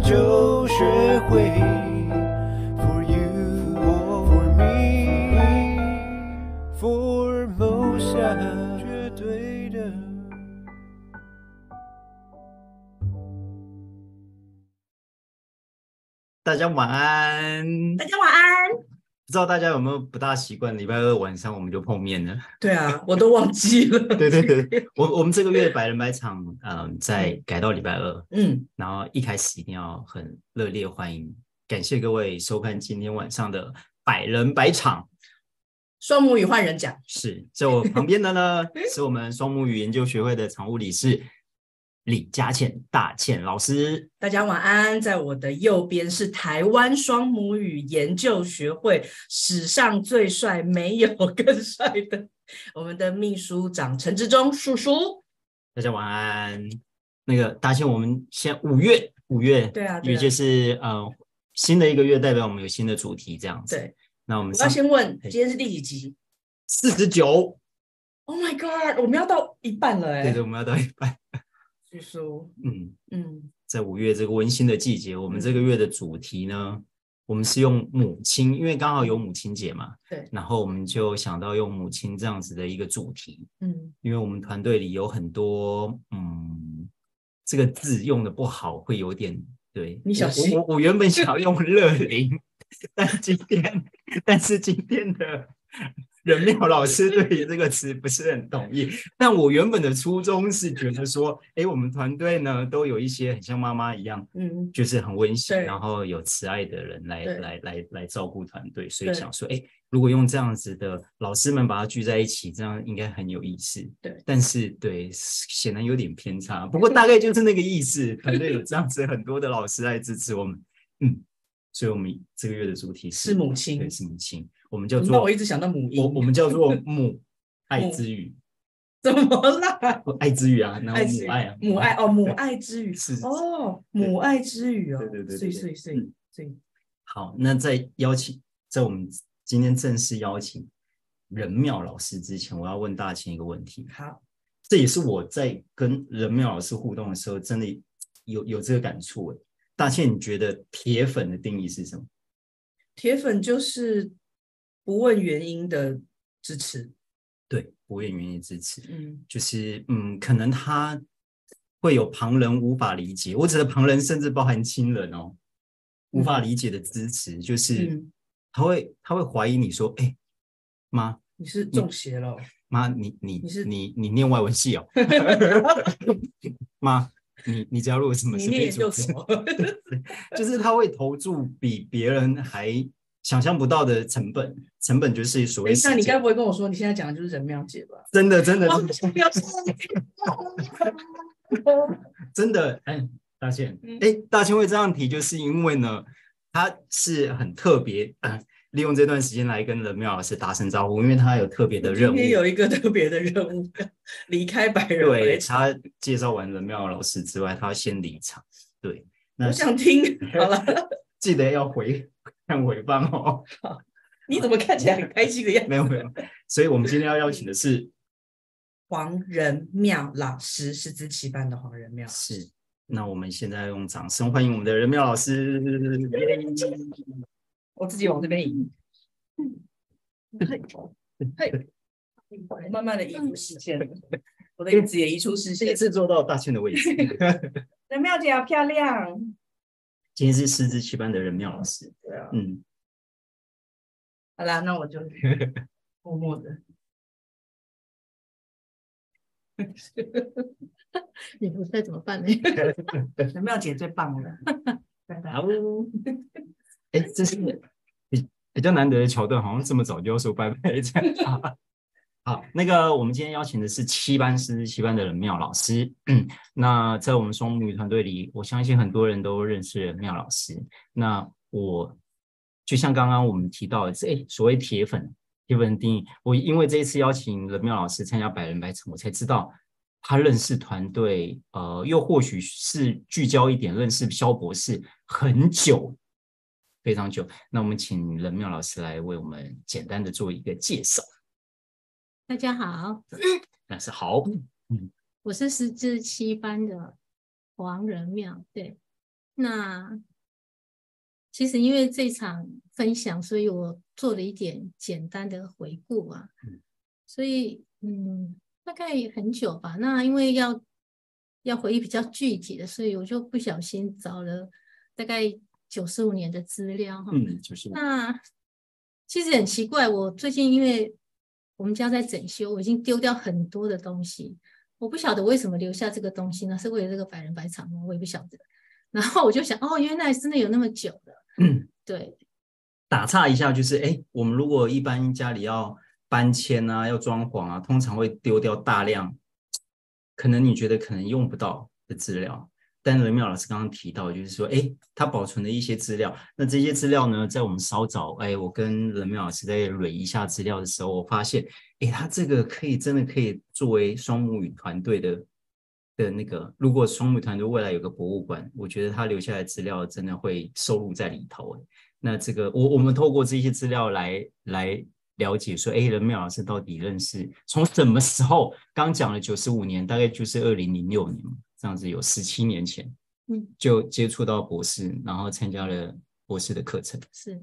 就学会 For you, for me, for 梦想绝对的。 大家晚安。 大家晚安。 不知道大家有没有不大习惯，礼拜二晚上我们就碰面了。 对啊，我都忘记了。 对，我们这个月百人百场，再改到礼拜二。然后一开始一定要很热烈欢迎，感谢各位收看今天晚上的百人百场。 双母语换人讲。 是，在我旁边的呢是我们双母语研究学会的常务理事李佳倩大倩老师。 大家晚安。在我的右边是台湾双母语研究学会史上最帅，没有更帅的我们的秘书长陈志忠叔叔。 大家晚安。那个大倩，我们现在五月， 对啊， 因为就是新的一个月，代表我们有新的主题这样子。 对， 那我们要先问今天是第几集 ？49。 Oh my god， 我们要到一半了对，我们要到一半。 叔叔， 在5月这个温馨的季节，我们这个月的主题呢，我们是用母亲，因为刚好有母亲节嘛， 对， 然后我们就想到用母亲这样子的一个主题，因为我们团队里有很多，这个字用的不好，会有点，对， 你小心。 我原本想要用乐龄，但是今天的任妙老师对于这个词不是很同意，但我原本的初衷是觉得说，我们团队呢都有一些很像妈妈一样，就是很温馨，然后有慈爱的人来照顾团队，所以想说，如果用这样子的老师们把它聚在一起，这样应该很有意思。 对， 但是对，显然有点偏差，不过大概就是那个意思。团队有这样子很多的老师来支持我们，所以我们这个月的主题是母亲， 对，是母亲。我们叫做， 我一直想到母婴， 我们叫做母爱之语。 怎么啦？ 爱之语啊，然后母爱啊， 母爱哦，母爱之语是哦，母爱之语哦， 对， 所以好，那在我们今天正式邀请任妙老师之前，我要问大倩一个问题。 好， 这也是我在跟任妙老师互动的时候，真的有这个感触。大倩，你觉得铁粉的定义是什么？ 铁粉就是不问原因的支持。 对，不问原因支持。就是可能他会有旁人无法理解，我指的旁人甚至包含亲人哦，无法理解的支持，就是他会怀疑你说，妈， 你是中邪了？ 妈，你念外文系哦？妈，你加入什么？ 你念研究所？ 就是他会投注比别人还想象不到的成本就是所谓时间。 那你该不会跟我说你现在讲的就是任妙姐吧？ 真的，真的，大倩，大倩会这样提，就是因为呢，他是很特别，利用这段时间来跟任妙老师打声招呼，因为他有特别的任务。 今天有一个特别的任务，离开百人百场。 对，他介绍完任妙老师之外，他要先离场。对， 我想听。好了， 记得要看回放哦。 你怎么看起来很开心的样子？ 没有，所以我们今天要邀请的是黄任妙老师，师资期班的黄任妙。 是，那我们现在用掌声欢迎我们的任妙老师。 我自己往这边移。慢慢的移出视线，我的椅子也移出视线。 这次坐到大倩的位置。 任妙姐好漂亮。 今天是师资期班的任妙老师。 对啊。好啦，那我就默默的。 也不知道怎么办呢？ 任妙姐最棒了。 好，这是比较难得的桥段，好像这么早就要说拜拜这样。好，那个我们今天邀请的是师资期班的任妙老师。那在我们双母语团队里，我相信很多人都认识任妙老师。那我就像刚刚我们提到的，所谓铁粉定义，我因为这一次邀请任妙老师参加百人百场，我才知道他认识团队，又或许是聚焦一点，认识萧博士很久，非常久。那我们请任妙老师来为我们简单的做一个介绍。 大家好， 那是好， 我是师资期班的黄任妙。对， 那其实因为这场分享，所以我做了一点简单的回顾啊。所以大概很久吧。那因为要回忆比较具体的，所以我就不小心找了大概95年的资料哈。 就是那其实很奇怪，我最近因为我们家在整修，我已经丢掉很多的东西，我不晓得为什么留下这个东西呢？是为了这个百人百场吗？我也不晓得。然后我就想，原来真的有那么久了。对。 打岔一下，就是我们如果一般家里要搬迁啊，要装潢啊，通常会丢掉大量，可能你觉得可能用不到的资料。但任妙老师刚刚提到，就是说，他保存了一些资料。那这些资料呢，在我们稍早，我跟任妙老师在捋一下资料的时候，我发现，他这个真的可以作为双母语团队的那个，如果双母语团队未来有个博物馆，我觉得他留下来的资料真的会收录在里头。那这个我们透过这些资料来了解说，任妙老师到底认识从什么时候？刚讲了95年，大概就是2006年，这样子有17年前，就接触到博士，然后参加了博士的课程。 是，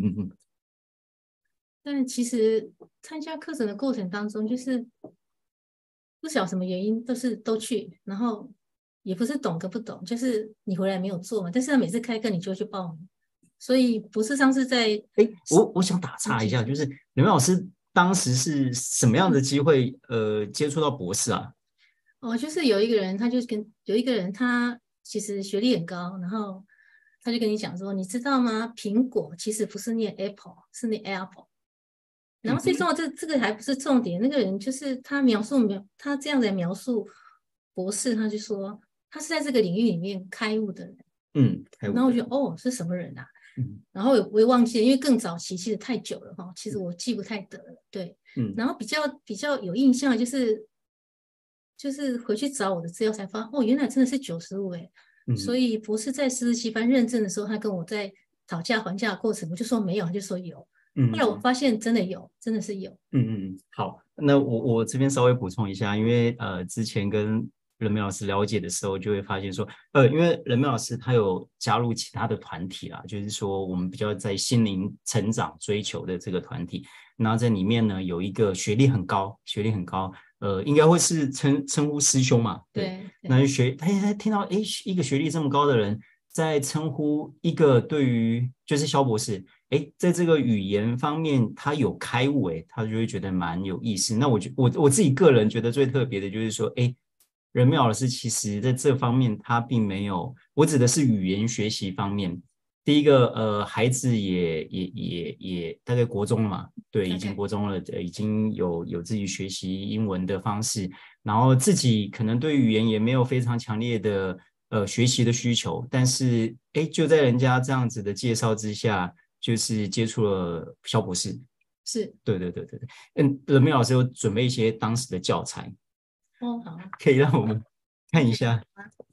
但其实参加课程的过程当中，就是不晓得什么原因，都去，然后也不是懂跟不懂，就是你回来没有做嘛，但是他每次开课你就去报名。所以博士上是在我想打岔一下，就是任妙老师当时是什么样的机会接触到博士啊？ 就是有一个人，他其实学历很高，然后他就跟你讲说，你知道吗？苹果其实不是念 Apple， 是念 Apple。然后最重要这个还不是重点，那个人就是他他这样的描述博士，他就说他是在这个领域里面开悟的人。然后我觉得是什么人啊？然后我也忘记了，因为更早期其实太久了哈，其实我记不太得了。对，然后比较有印象就是回去找我的资料才发现，原来真的是95所以博士在47班认证的时候，他跟我在讨价还价的过程，我就说没有，他就说有。后来我发现真的有，真的是有。 好，那我这边稍微补充一下，因为之前跟任妙老师了解的时候，就会发现说，因为任妙老师他有加入其他的团体啦，就是说我们比较在心灵成长追求的这个团体，然后在里面呢有一个学历很高，应该会是称呼师兄嘛， 对， 那他听到一个学历这么高的人在称呼一个对于就是萧博士，在这个语言方面他有开悟，他就会觉得蛮有意思。那我自己个人觉得最特别的就是说，任妙老师其实在这方面他并没有，我指的是语言学习方面。第一个孩子也大概国中了嘛，对，已经国中了，已经有自己学习英文的方式，然后自己可能对语言也没有非常强烈的学习的需求，但是就在人家这样子的介绍之下，就是接触了萧博士。 是， 对，任妙老师有准备一些当时的教材。 好， 可以让我们看一下。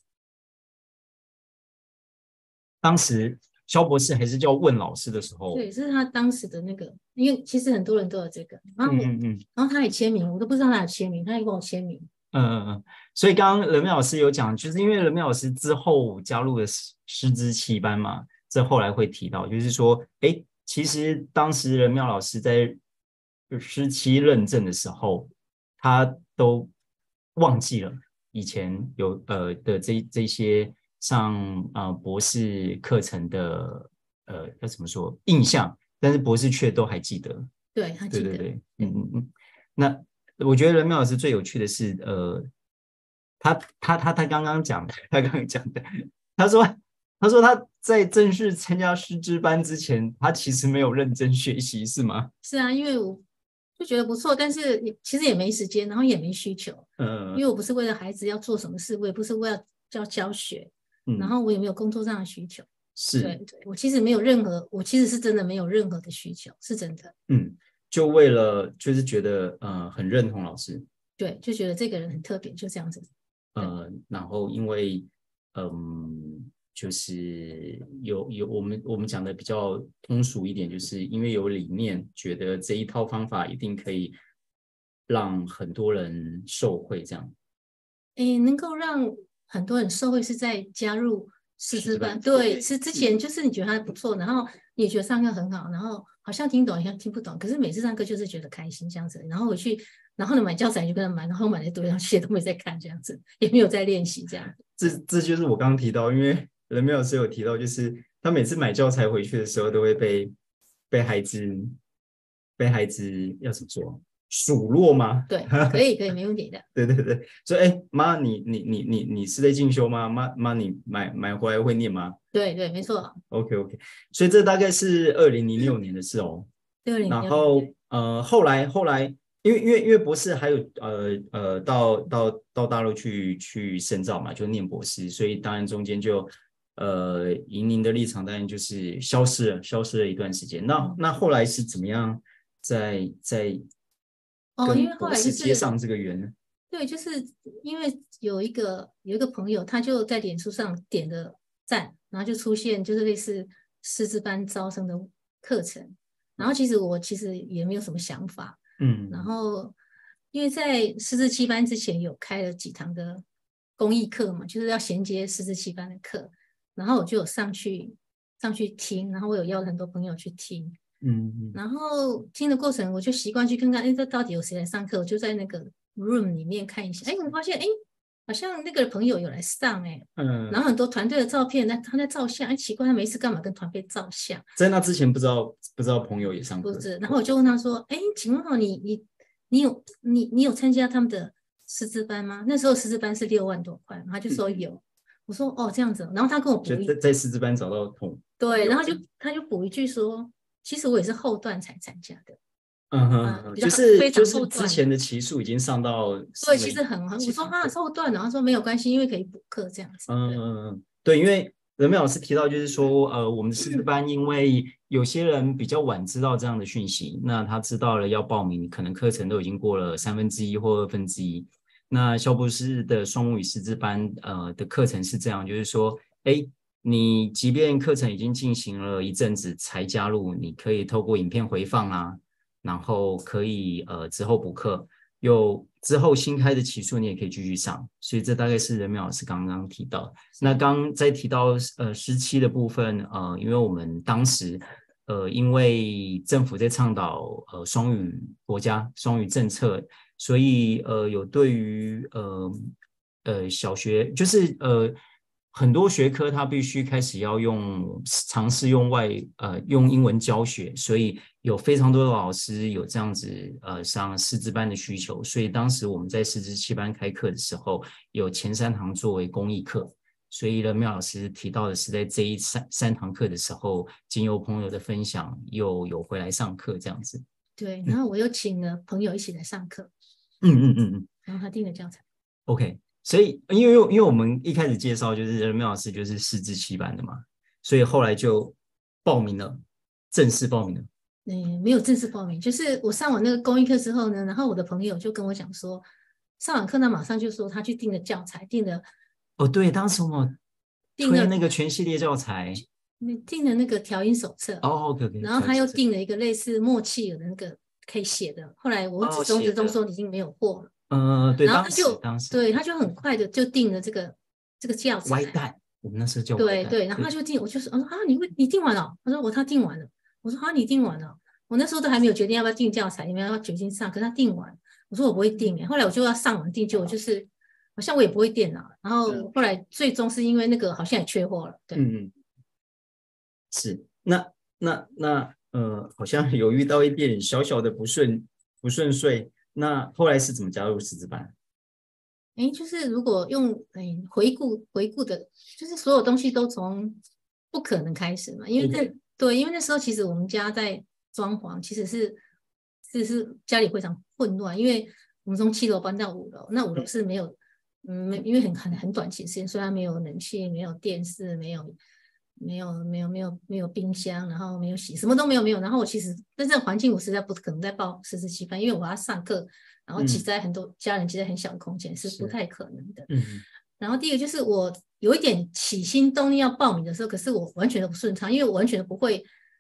当时萧博士还是叫问老师的时候， 对，这是他当时的那个，因为其实很多人都有这个，然后他也签名，我都不知道他有签名，他也跟我签名。 所以刚刚任妙老师有讲，就是因为任妙老师之后加入了师资7班嘛，这后来会提到，就是说，其实当时任妙老师在师7认证的时候，他都忘记了以前有的这些上博士课程的要怎么说印象，但是博士却都还记得。 对，他记得。 对，那我觉得任妙老师最有趣的是，他刚刚讲的，他说他在正式参加师资班之前，他其实没有认真学习，是吗？ 是啊，因为我就觉得不错，但是其实也没时间，然后也没需求。因为我不是为了孩子要做什么事，我也不是为了教学，然后我也没有工作上的需求。 是， 对，我其实没有任何，我其实是真的没有任何的需求，是真的。 就为了就是觉得很认同老师。 对，就觉得这个人很特别，就这样子。 然后因为就是有我们讲的比较通俗一点，就是因为有理念，觉得这一套方法一定可以让很多人受惠，这样。 能够让很多人受惠是在加入师资班，对，是之前就是你觉得他不错，然后你也觉得上课很好，然后好像听懂，好像听不懂，可是每次上课就是觉得开心这样子，然后回去，然后呢买教材就跟他买，然后买了堆上去，都没在看这样子，也没有在练习这样子。 这就是我刚刚提到，因为任明老师有提到，就是他每次买教材回去的时候，都会被孩子要怎么说数落吗？ 对，可以，没问题的。 对对对，所以妈，你是在进修吗？妈，你买回来会念吗？ 对，没错。 OK， 所以这大概是2006年的事哦。 对， 然后后来，因为博士还有到大陆去深造嘛，就念博士，所以当然中间就以您的立场当然就是消失了一段时间。那后来是怎么样在跟博士接上这个缘呢？ 对，就是因为有一个朋友，他就在脸书上点了赞，然后就出现就是类似师资班招生的课程，然后我其实也没有什么想法，然后因为在师资7班之前有开了几堂的公益课嘛，就是要衔接师资7班的课，然后我就有上去听，然后我有邀很多朋友去听。然后听的过程，我就习惯去看看，这到底有谁来上课？我就在那个 room 里面看一下，我发现，好像那个朋友有来上，然后很多团队的照片，他在照相，奇怪，他没事干嘛跟团队照相？ 在那之前不知道朋友也上课， 不是，然后我就问他说，请问你有参加他们的师资班吗？那时候师资班是6万多块，他就说有，我说哦这样子，然后他跟我补一句， 在师资班找到同对，然后他就补一句说。其实我也是后段才参加的， 就是之前的期数已经上到， 对，其实很，我说后段，然后说没有关系，因为可以补课这样子。 对，因为任明老师提到就是说，我们的师资班因为有些人比较晚知道这样的讯息，那他知道了要报名，可能课程都已经过了1/3或1/2。那肖博士的双母语师资班的课程是这样，就是说，你即便课程已经进行了一阵子才加入，你可以透过影片回放啊，然后可以之后补课，有之后新开的期数你也可以继续上，所以这大概是任明老师刚刚提到。那刚在提到17的部分，因为我们当时因为政府在倡导双语国家双语政策，所以有对于小学就是很多学科它必须开始要尝试用英文教学，所以有非常多的老师有这样子上师资班的需求，所以当时我们在师资7班开课的时候，有前3堂作为公益课，所以任明老师提到的是在这3堂课的时候，经由朋友的分享又有回来上课这样子。 对，然后我又请了朋友一起来上课，然后他订了教材。 OK。所以因为我们一开始介绍就是任明老师就是师资7班的嘛，所以后来就正式报名了。 没有正式报名，就是我上完那个公益课之后呢，然后我的朋友就跟我讲说，上完课他马上就说他去订了教材，订了对，当时我们推那个全系列教材， 订了那个调音手册 OK， 然后他又订了一个类似默契的那个可以写的，后来我指中说已经没有货了。 对， 然后当时对，他就很快的就订了这个教材。 歪蛋，我们那时候叫对，然后他就订，我就说你订完了？他说他订完了。我说你订完了？我那时候都还没有决定要不要订教材，有没有要决定上，可是他订完。我说我不会订后来我就要上网订，就就是好像我也不会电脑，然后后来最终是因为那个好像也缺货了。对， 是那好像有遇到一点小小的不顺遂。那后来是怎么加入师资班？ 就是如果用回顾的，就是所有东西都从不可能开始嘛，因为因为那时候其实我们家在装潢，其实是家里非常混乱，因为我们从7楼搬到5楼，那5楼是没有，因为很短期时间，虽然没有冷气，没有电视，没有冰箱，然后没有什么都没有，然后我其实在这个环境我实在不可能再报师资7班，因为我要上课，然后挤在很多家人挤在很小的空间是不太可能的。然后第一个就是我有一点起心动念要报名的时候，可是我完全都不顺畅，因为我完全都不会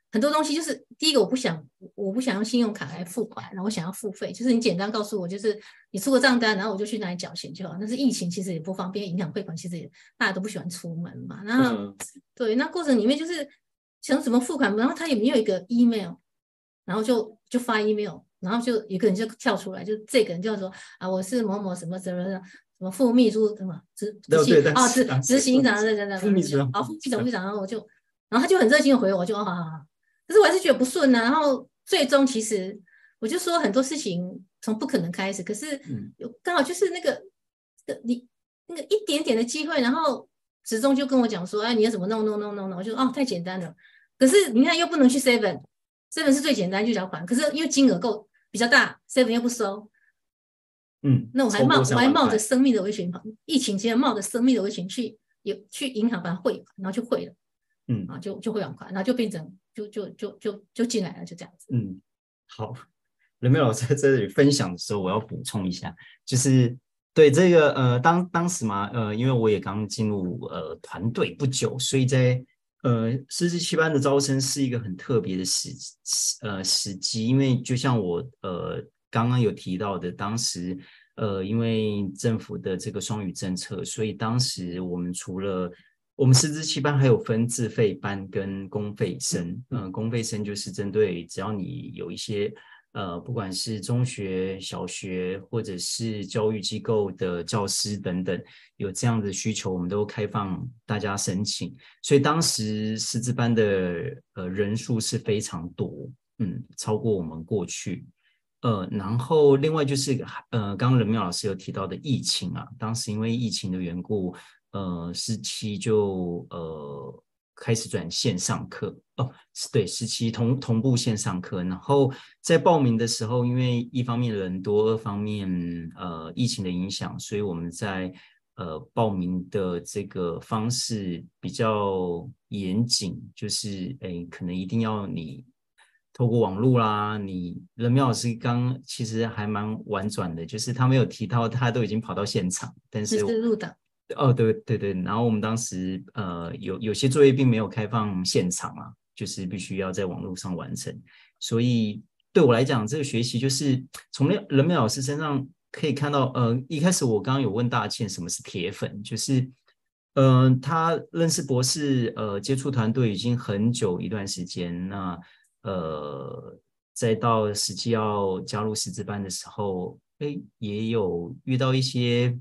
很多东西就是第一个我不想用信用卡来付款，然后我想要付费，就是你简单告诉我，就是你出个账单，然后我就去哪里缴钱就好。但是疫情其实也不方便，银行汇款其实也大家都不喜欢出门嘛。然后、对，那过程里面就是想怎么付款，然后他也没有一个 email， 然后就发 email， 然后就有个人就跳出来，就这个人叫做我是某某什么什么什么副秘书什么执行长副秘书长副秘书长，然后他就很热心的回我，就好，可是我还是觉得不顺啊。然后最终其实我就说很多事情从不可能开始，可是刚好就是你那个一点点的机会，然后始终就跟我讲说，你要怎么弄，我就太简单了。可是你看又不能去 7 是最简单去缴款，可是因为金额比较大 ，7 又不收。那我还冒着生命的危险，疫情期间冒着生命的危险去银行把它汇款，然后就汇了，就汇完款，然后就变成就进来了，就这样子。 好，任美老师在这里分享的时候，我要补充一下，就是对这个当时嘛，因为我也刚进入团队不久，所以在师资7班的招生是一个很特别的时机，因为就像我刚刚有提到的，当时因为政府的这个双语政策，所以当时我们除了我们师资7班还有分自费班跟公费生，公费生就是针对只要你有一些不管是中学、小学或者是教育机构的教师等等，有这样的需求，我们都开放大家申请。所以当时师资班的人数是非常多，超过我们过去。然后另外就是刚刚任妙老师有提到的疫情啊，当时因为疫情的缘故，17就开始转线上课对，17同步线上课。然后在报名的时候，因为一方面人多，二方面疫情的影响，所以我们在报名的这个方式比较严谨，就是可能一定要你透过网络啦，任妙老师其实还蛮婉转的，就是他没有提到他都已经跑到现场，但是入党对，然后我们当时有些作业并没有开放现场啊，就是必须要在网络上完成，所以对我来讲，这个学习就是从任妙老师身上可以看到，一开始我刚刚有问大倩什么是铁粉，就是他认识博士，接触团队已经很久一段时间，那再到实际要加入师资班的时候，也有遇到一些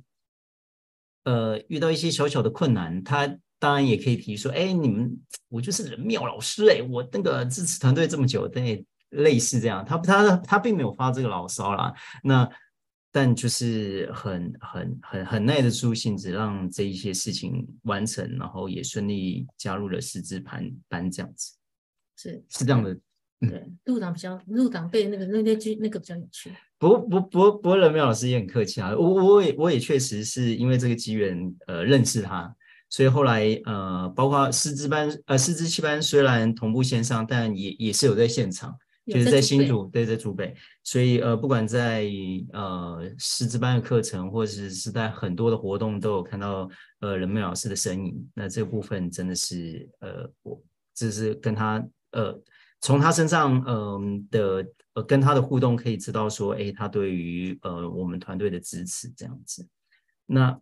小小的困难，他当然也可以提说，我就是任妙老师，我那个支持团队这么久，对，类似这样，他并没有发这个牢骚啦，但就是很耐得住性子，让这一些事情完成，然后也顺利加入了师资班这样子，是这样的。 对，入党被那个比较有趣。 不过任妙老师也很客气啊，我也确实是因为这个机缘认识他，所以后来包括师资7班虽然同步线上，但也是有在现场，就是在新竹，对，在竹北，所以不管在师资班的课程，或者是在很多的活动都有看到任妙老师的身影，那这个部分真的是我这是跟他从他身上跟他的互动可以知道说，他对于我们团队的支持这样子。那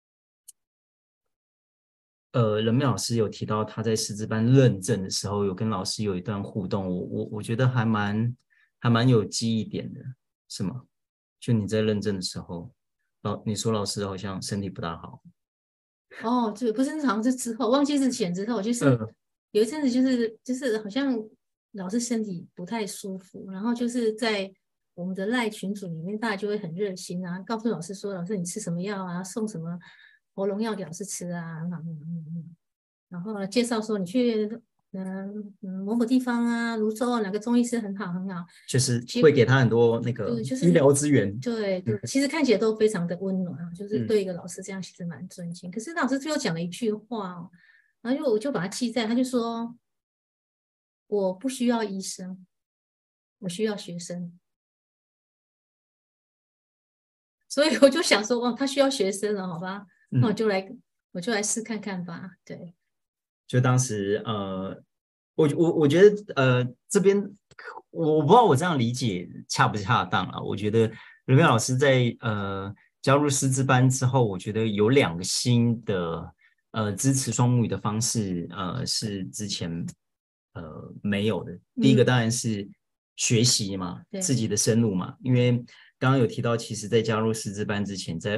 任妙老师有提到他在师资班认证的时候，有跟老师有一段互动，我觉得还蛮有记忆点的，是吗？就你在认证的时候，你说老师好像身体不大好。 对，不是，好像是之后，忘记是前之后，就是有一阵子就是好像老师身体不太舒服，然后就是在我们的赖群组里面，大家就会很热心啊，告诉老师说，老师你吃什么药啊，送什么喉咙药给老师吃啊，然后呢介绍说你去某某地方啊，泸州啊，哪个中医师很好， 就是会给他很多那个医疗资源。 对，其实看起来都非常的温暖啊，就是对一个老师这样其实蛮尊敬。可是老师最后讲了一句话然后我就把他记在，他就说我不需要医生，我需要学生。所以我就想说，他需要学生了，好吧？那我就来试看看吧。对， 就当时我觉得这边我不知道我这样理解恰不恰当啊。我觉得任妙老师在加入师资班之后，我觉得有2个新的支持双母语的方式是之前没有的。第一个当然是学习嘛，自己的深入嘛，因为刚刚有提到，其实在加入师资班之前，在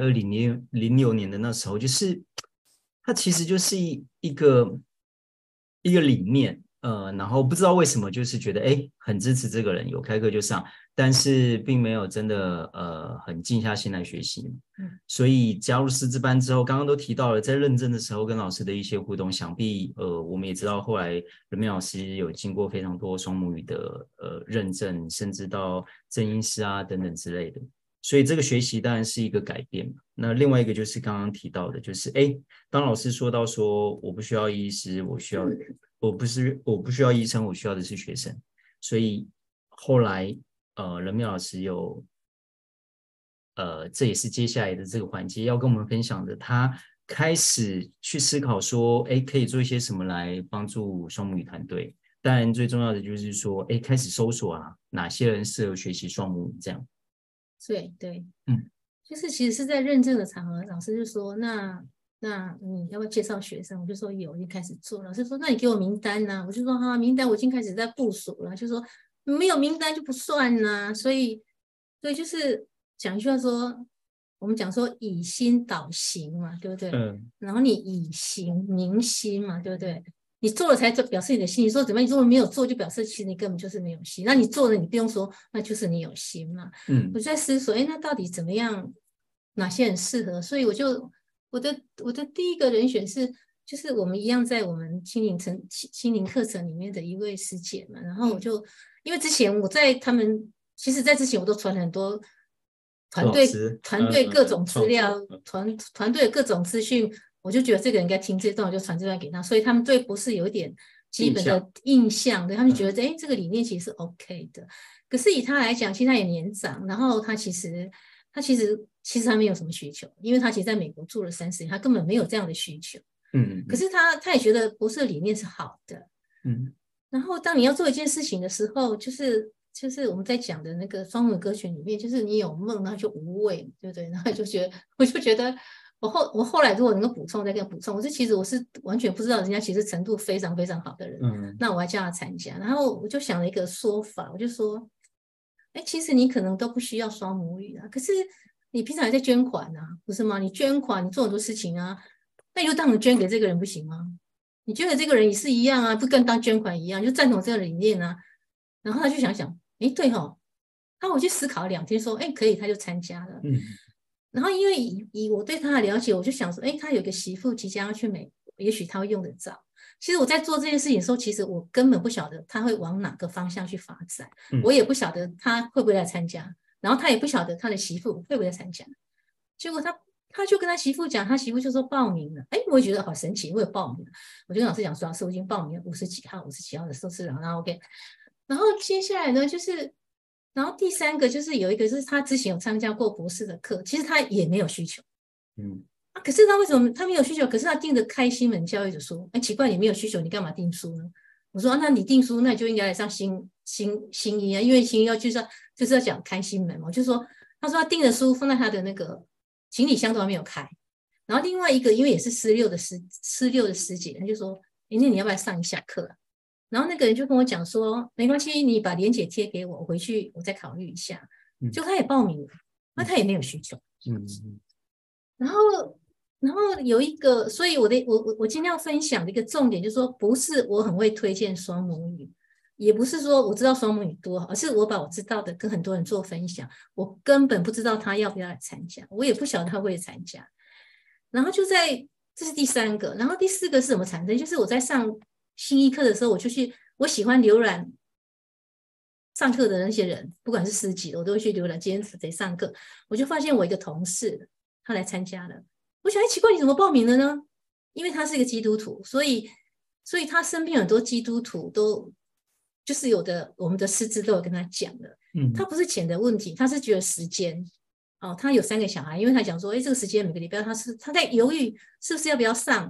2006年的那时候，就是它其实就是一个理念，然后不知道为什么就是觉得很支持这个人，有开课就上，但是并没有真的很静下心来学习。所以加入师资班之后，刚刚都提到了，在认证的时候跟老师的一些互动，想必我们也知道，后来任明老师有经过非常多双母语的认证，甚至到正音师啊等等之类的。所以这个学习当然是一个改变。那另外一个就是刚刚提到的，就是当老师说到说我不需要医师，我不需要医生，我需要的是学生。所以后来任明老师有这也是接下来的这个环节要跟我们分享的，他开始去思考说可以做一些什么来帮助双母语团队。当然最重要的就是说开始搜索哪些人适合学习双母语这样。 对，就是其实是在认证的场合，老师就说那你要不要介绍学生？我就说有，已经开始做。老师说那你给我名单啊，我就说名单我已经开始在部署了，就说没有名单就不算啊。所以就是讲一句话说，我们讲说以心导行嘛，对不对？然后你以行凝心嘛，对不对？你做了才表示你的心，你说怎么样？你如果没有做，就表示其实你根本就是没有心。那你做了，你不用说，那就是你有心嘛。我就在思索，那到底怎么样？哪些人适合？所以我的第一个人选就是我们一样在我们心灵课程里面的一位师姐嘛。然后我就因为之前我在他们，其实在之前我都传很多团队各种资料，团队各种资讯。我就觉得这个人应该听这段，我就传这段给他，所以他们对博士有一点基本的印象，对他们觉得这个理念其实是 OK 的。可是以他来讲，其实他也年长，然后他其实他没有什么需求，因为他其实在美国住了30年，他根本没有这样的需求。可是他也觉得博士的理念是好的。然后当你要做一件事情的时候，就是我们在讲的那个双母歌曲里面，就是你有梦，然后就无畏，对不对？然后我就觉得。我后来如果能够补充，再跟补充。其实我是完全不知道人家其实程度非常非常好的人，那我还叫他参加。然后我就想了一个说法，我就说，其实你可能都不需要双母语啊，可是你平常也在捐款啊，不是吗？你捐款，你做很多事情啊，那你就当你捐给这个人不行吗？你捐给这个人也是一样啊，不跟当捐款一样，就赞同这个理念啊。然后他就想想，对齁，我去思考了2天，说，可以，他就参加了。然后因为以我对他的了解，我就想说，他有一个媳妇即将要去美国，也许他会用得着。其实我在做这件事情的时候，其实我根本不晓得他会往哪个方向去发展，我也不晓得他会不会来参加，然后他也不晓得他的媳妇会不会来参加。结果他就跟他媳妇讲，他媳妇就说报名了。我也觉得好神奇，我有报名了。我就跟老师讲说，老师我已经报名了50几号的收视了，然后 OK。然后接下来呢，然后第3个就是有一个是他之前有参加过博士的课，其实他也没有需求。可是他为什么他没有需求？可是他订的开心门教育的书，奇怪，你没有需求，你干嘛订书呢？我说那你订书，那你就应该来上新一啊，因为新一就是要讲开心门嘛。就说他说他订的书放在他的那个行李箱都还没有开。然后另外一个因为也是师六的师姐，他就说那你要不要上一下课啊？然后那个人就跟我讲说，没关系，你把连结贴给我，我回去我再考虑一下。就他也报名了，那他也没有需求。然后有一个，所以我今天要分享的一个重点就是说，不是我很会推荐双母语，也不是说我知道双母语多好，而是我把我知道的跟很多人做分享，我根本不知道他要不要来参加，我也不晓得他会参加。然后这是第3个，然后第4个是什么产生？就是我在上新一课的时候，我喜欢浏览上课的那些人，不管是师级的，我都会去浏览今天谁上课。我就发现我一个同事他来参加了，我想奇怪你怎么报名了呢？因为他是一个基督徒，所以他身边很多基督徒都就是我们的师资都有跟他讲了。他不是钱的问题，他是觉得时间。他有3个小孩，因为他讲说这个时间每个礼拜他在犹豫是不是要不要上，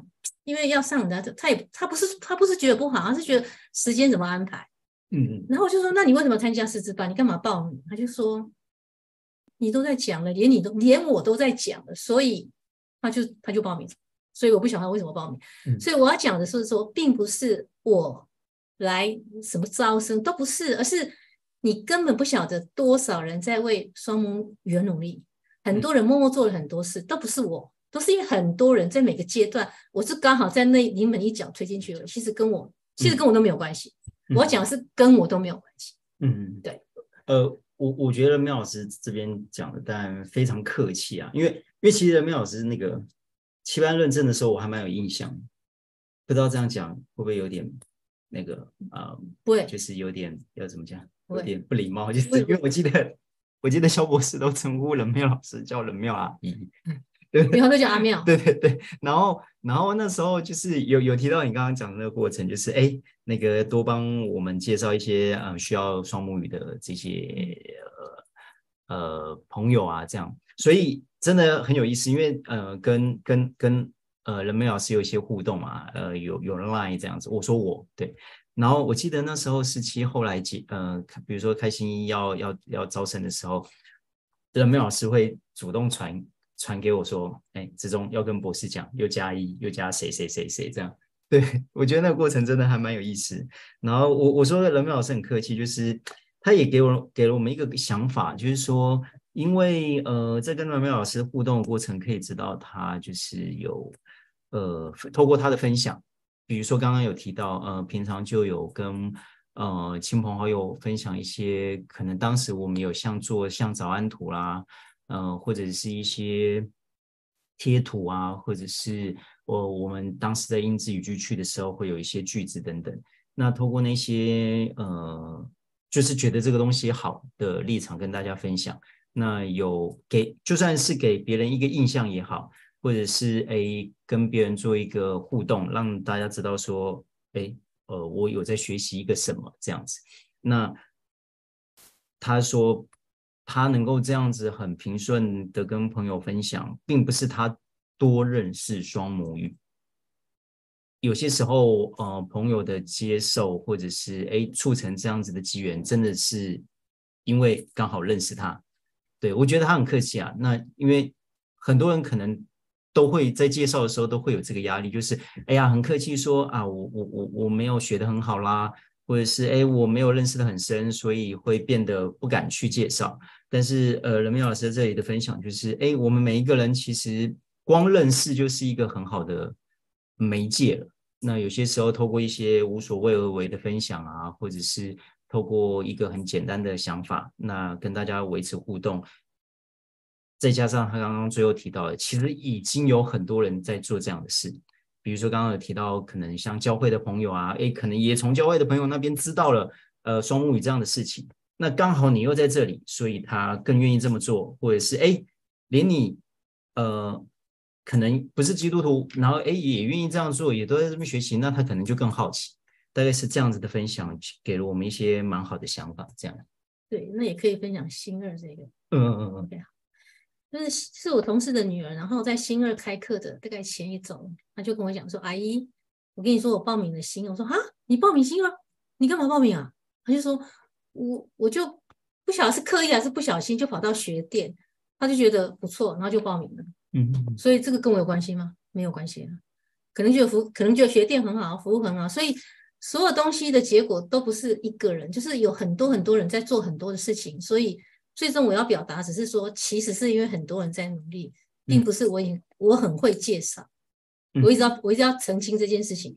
因为要上的，他不是觉得不好，他是觉得时间怎么安排。然后我就说，那你为什么参加师资班？你干嘛报名？他就说，你都在讲了，连我都在讲了，所以他就报名。所以我不晓得他为什么报名。所以我要讲的是说，并不是我来什么招生都不是，而是你根本不晓得多少人在为双母语而努力，很多人默默做了很多事，都不是我，都是因为很多人在每个阶段，我是刚好在那临门一脚推进去了，其实跟我都没有关系。我要讲的是跟我都没有关系。对。 我觉得妙老师这边讲的当然非常客气啊，因为其实妙老师那个7班认证的时候我还蛮有印象，不知道这样讲会不会有点那个不会， 就是有点要怎么讲，有点不礼貌，就是因为我记得肖博士都称呼人妙老师叫人妙阿姨。 以后都叫阿妙。 对对对，然后那时候就是有提到你刚刚讲的那个过程，就是那个多帮我们介绍一些需要双母语的这些朋友啊，这样，所以真的很有意思，因为跟人美老师有一些互动嘛，有 Line 这样子，我说我对，然后我记得那时候17后来比如说开心一要招生的时候，人美老师会主动传给我说，之中要跟博士讲，又加1又加谁这样。对，我觉得那个过程真的还蛮有意思。然后我说人美老师很客气，就是他也给了我们一个想法，就是说，因为在跟人美老师互动的过程，可以知道他就是有透过他的分享，比如说刚刚有提到平常就有跟亲朋好友分享一些可能当时我们有做像早安图啦。或者是一些贴图啊，或者是我们当时在英字语句区的时候会有一些句子等等。那透过那些就是觉得这个东西好的立场跟大家分享，那就算是给别人一个印象也好，或者是跟别人做一个互动，让大家知道说我有在学习一个什么这样子。那他说他能够这样子很平顺的跟朋友分享，并不是他多认识双母语。有些时候朋友的接受或者是促成这样子的机缘，真的是因为刚好认识他。对，我觉得他很客气啊。那因为很多人可能都会在介绍的时候都会有这个压力，就是很客气说啊，我没有学得很好啦，或者是我没有认识得很深，所以会变得不敢去介绍。但是人美老师这里的分享就是我们每一个人其实光认识就是一个很好的媒介了。那有些时候透过一些无所谓而为的分享啊，或者是透过一个很简单的想法，那跟大家维持互动，再加上他刚刚最后提到的，其实已经有很多人在做这样的事。比如说刚刚有提到可能像教会的朋友啊，可能也从教会的朋友那边知道了双母语这样的事情，那刚好你又在这里，所以他更愿意这么做，或者是连你可能不是基督徒，然后也愿意这样做，也都在这边学习，那他可能就更好奇。大概是这样子的分享，给了我们一些蛮好的想法。这样， 对，那也可以分享新二这个。 对， 是我同事的女儿，然后在新二开课的大概前一周，她就跟我讲说：“阿姨，我跟你说，我报名了新二。”我说：“啊，你报名新二？你干嘛报名啊？”她就说：“我就不晓得是刻意还是不小心，就跑到学店，她就觉得不错，然后就报名了。”所以这个跟我有关系吗？没有关系啊。可能觉得学店很好，服务很好，所以所有东西的结果都不是一个人，就是有很多很多人在做很多的事情。所以最终我要表达只是说，其实是因为很多人在努力，并不是我很会介绍。我一直要澄清这件事情。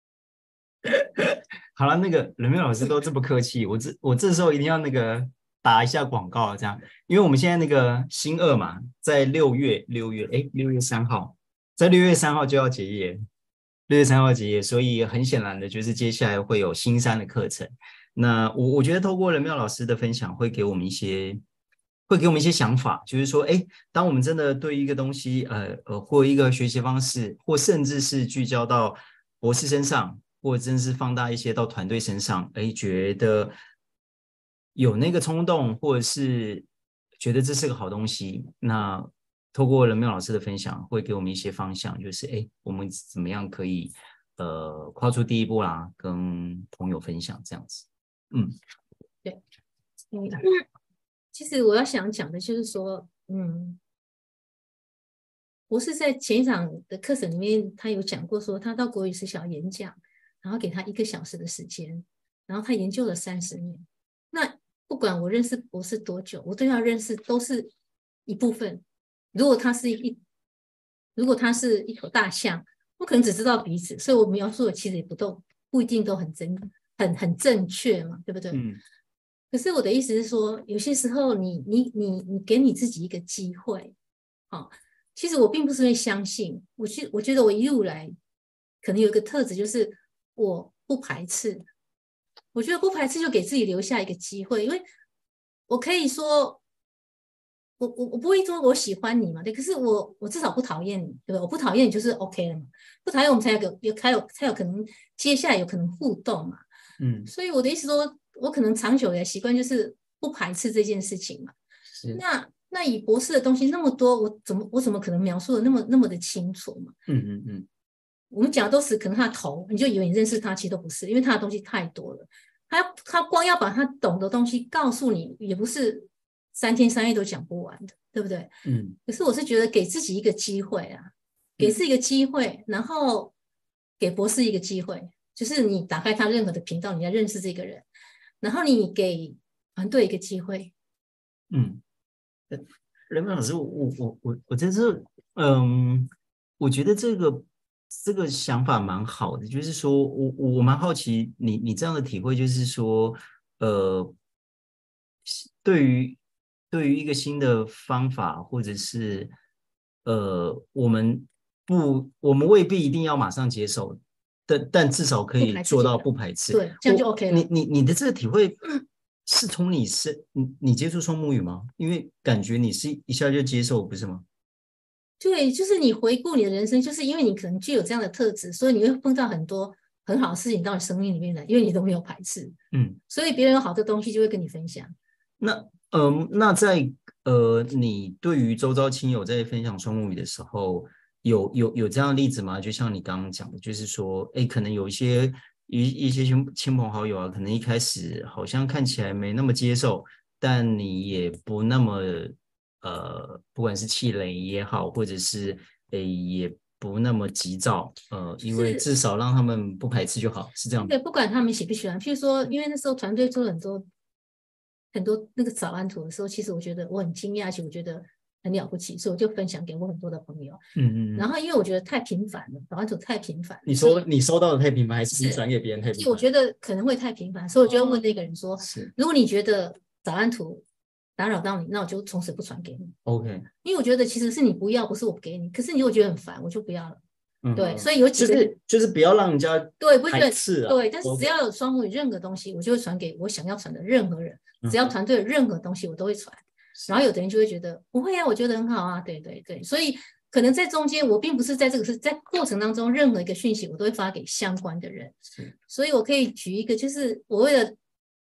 好了，那个人美老师都这么客气，我这时候一定要那个打一下广告，这样，因为我们现在那个新二嘛，在6月3号，在6月3号就要结业，6月3号结业，所以很显然的就是接下来会有新3的课程。那我觉得透过人妙老师的分享，会给我们一些想法，就是说，当我们真的对一个东西，或一个学习方式，或甚至是聚焦到博士身上，或真是放大一些到团队身上，觉得有那个冲动，或者是觉得这是个好东西，那透过任妙老师的分享，会给我们一些方向，就是我们怎么样可以跨出第一步啦，跟朋友分享这样子。 对，其实我要想讲的就是说，博士在前一场的课程里面，他有讲过说，他到国语实小演讲，然后给他1个小时的时间，然后他研究了30年。那不管我认识博士多久，我对他认识都是一部分。如果他是一头大象，我可能只知道鼻子，所以我描述的其实也不一定都很正确嘛，对不对？可是我的意思是说，有些时候你给你自己一个机会，其实我并不是会相信，我觉得我一路来可能有一个特质，就是我不排斥。我觉得不排斥就给自己留下一个机会，因为我可以说，我不会说我喜欢你嘛，对，可是我至少不讨厌你，对吧？我不讨厌你就是 OK 了嘛，不讨厌我们才有可能接下来有可能互动嘛。所以我的意思说，我可能长久的习惯就是不排斥这件事情嘛。 是。 那以博士的东西那么多，我怎么可能描述的那么的清楚嘛？我们讲的都是可能他的头，你就以为你认识他，其实都不是，因为他的东西太多了。他光要把他懂的东西告诉你，也不是3天3夜都讲不完的，对不对？可是我是觉得给自己一个机会啊，给自己一个机会，然后给博士一个机会，就是你打开他任何的频道，你要认识这个人，然后你给团队一个机会。 任妙老师，我真是，我觉得这个想法蛮好的，就是说我蛮好奇你这样的体会，就是说，对于一个新的方法，或者是我们未必一定要马上接受，但至少可以做到不排斥， 对，这样就 OK 了。 你的这个体会是从你接触双母语吗？因为感觉你是一下就接受，不是吗？ 对，就是你回顾你的人生，就是因为你可能具有这样的特质，所以你会碰到很多很好的事情到你生命里面来，因为你都没有排斥，所以别人有好的东西就会跟你分享。 那在你对于周遭亲友在分享双母语的时候，有这样的例子吗？就像你刚刚讲的，就是说，可能有一些亲朋好友啊，可能一开始好像看起来没那么接受，但你也不那么不管是气馁也好，或者是也不那么急躁，因为至少让他们不排斥就好，是这样。 对，不管他们喜不喜欢，譬如说，因为那时候团队做了很多那个早安图的时候，其实我觉得我很惊讶，而且我觉得很了不起，所以我就分享给我很多的朋友。然后因为我觉得太频繁了，早安图太频繁了。 你说你收到的太频繁，还是你转给别人太频繁？ 我觉得可能会太频繁，所以我就要问那个人说：如果你觉得早安图打扰到你，那我就从此不传给你。 OK， 因为我觉得其实是你不要，不是我不给你。可是你如果觉得很烦，我就不要了。对，所以有几个就是不要让人家排斥啊。 对，但是只要有双母语任何东西，我就会传给我想要传的任何人。只要团队的任何东西，我都会传。然后有的人就会觉得不会啊，我觉得很好啊。对对对，所以可能在中间，我并不是在是在过程当中，任何一个讯息我都会发给相关的人。所以我可以举一个，就是我为了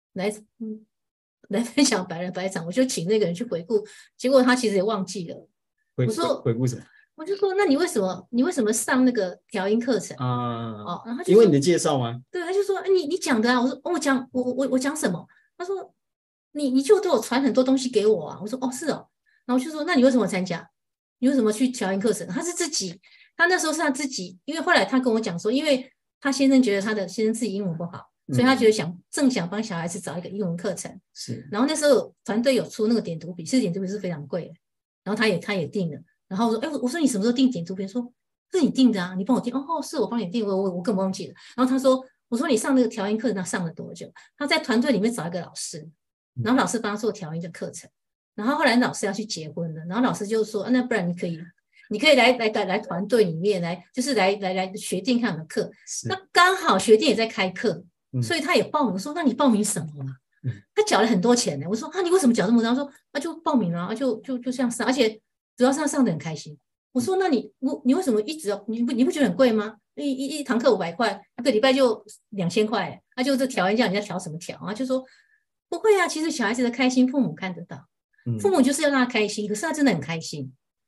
来分享白人白场，我就请那个人去回顾，结果他其实也忘记了。我说回顾什么？ 我就说那你为什么上那个调音课程然后因为你的介绍吗？ 对，他就说你讲的啊。我说我讲什么？他说你就对我传很多东西给我啊。我说是哦。然后我就说那你为什么参加？你为什么去调音课程？他是自己，他那时候是他自己，因为后来他跟我讲说，因为他先生觉得他的先生自己英文不好。所以他觉得正想帮小孩子找一个英文课程，然后那时候团队有出那个点读笔，其实点读笔是非常贵的，然后他也订了，然后我说你什么时候订点读笔？说是你订的啊，你帮我订。是我帮你订，我更忘记了。然后我说你上那个调音课程上了多久？他在团队里面找一个老师，然后老师帮他做调音的课程，然后后来老师要去结婚了，然后老师就说那不然你可以来团队里面来，就是来学店看我们的课。那刚好学店也在开课。所以他也报名。我说那你报名什么啊？他缴了很多钱呢。我说你为什么缴这么多？他说就报名了就这样上，而且主要是他上得很开心。我说那你为什么一直你不觉得很贵吗？一堂课500块，一个礼拜就2000块，他就这调音叫人家调什么调啊？就说不会啊，其实小孩子的开心父母看得到，父母就是要让他开心，可是他真的很开心。